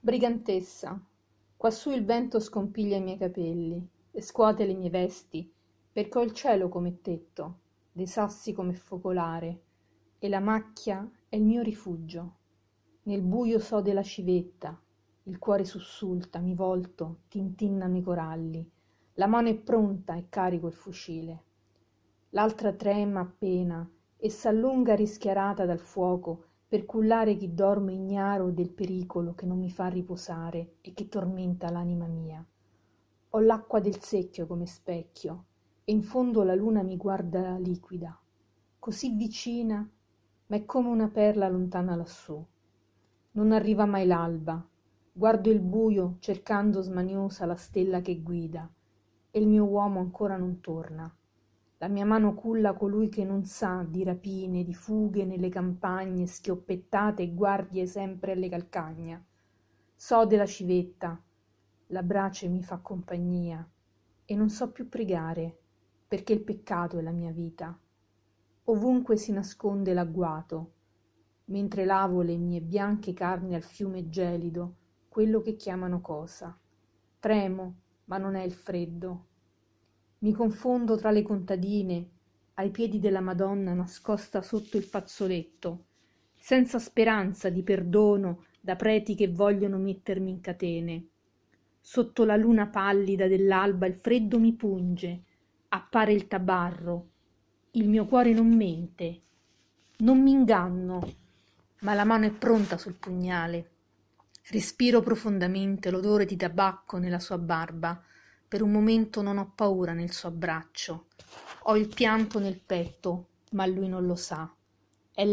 Brigantessa, quassù il vento scompiglia i miei capelli e scuote le mie vesti, perché ho il cielo come tetto, dei sassi come focolare, e la macchia è il mio rifugio. Nel buio sode la civetta, il cuore sussulta, mi volto, tintinnano i coralli, la mano è pronta e carico il fucile. L'altra trema appena e s'allunga rischiarata dal fuoco per cullare chi dorme ignaro del pericolo che non mi fa riposare e che tormenta l'anima mia. Ho l'acqua del secchio come specchio e in fondo la luna mi guarda liquida, così vicina, ma è come una perla lontana lassù. Non arriva mai l'alba, guardo il buio cercando smaniosa la stella che guida e il mio uomo ancora non torna. La mia mano culla colui che non sa di rapine, di fughe nelle campagne schioppettate e guardie sempre alle calcagna. So della civetta, la brace mi fa compagnia e non so più pregare perché il peccato è la mia vita. Ovunque si nasconde l'agguato, mentre lavo le mie bianche carni al fiume gelido, quello che chiamano cosa. Tremo, ma non è il freddo. Mi confondo tra le contadine, ai piedi della Madonna nascosta sotto il fazzoletto, senza speranza di perdono da preti che vogliono mettermi in catene. Sotto la luna pallida dell'alba il freddo mi punge, appare il tabarro. Il mio cuore non mente, non mi inganno, ma la mano è pronta sul pugnale. Respiro profondamente l'odore di tabacco nella sua barba. Per un momento non ho paura nel suo abbraccio. Ho il pianto nel petto, ma lui non lo sa. È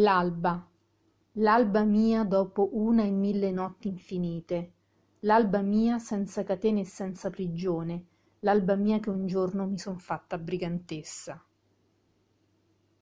l'alba mia dopo una e mille notti infinite, l'alba mia senza catene e senza prigione, l'alba mia che un giorno mi son fatta brigantessa.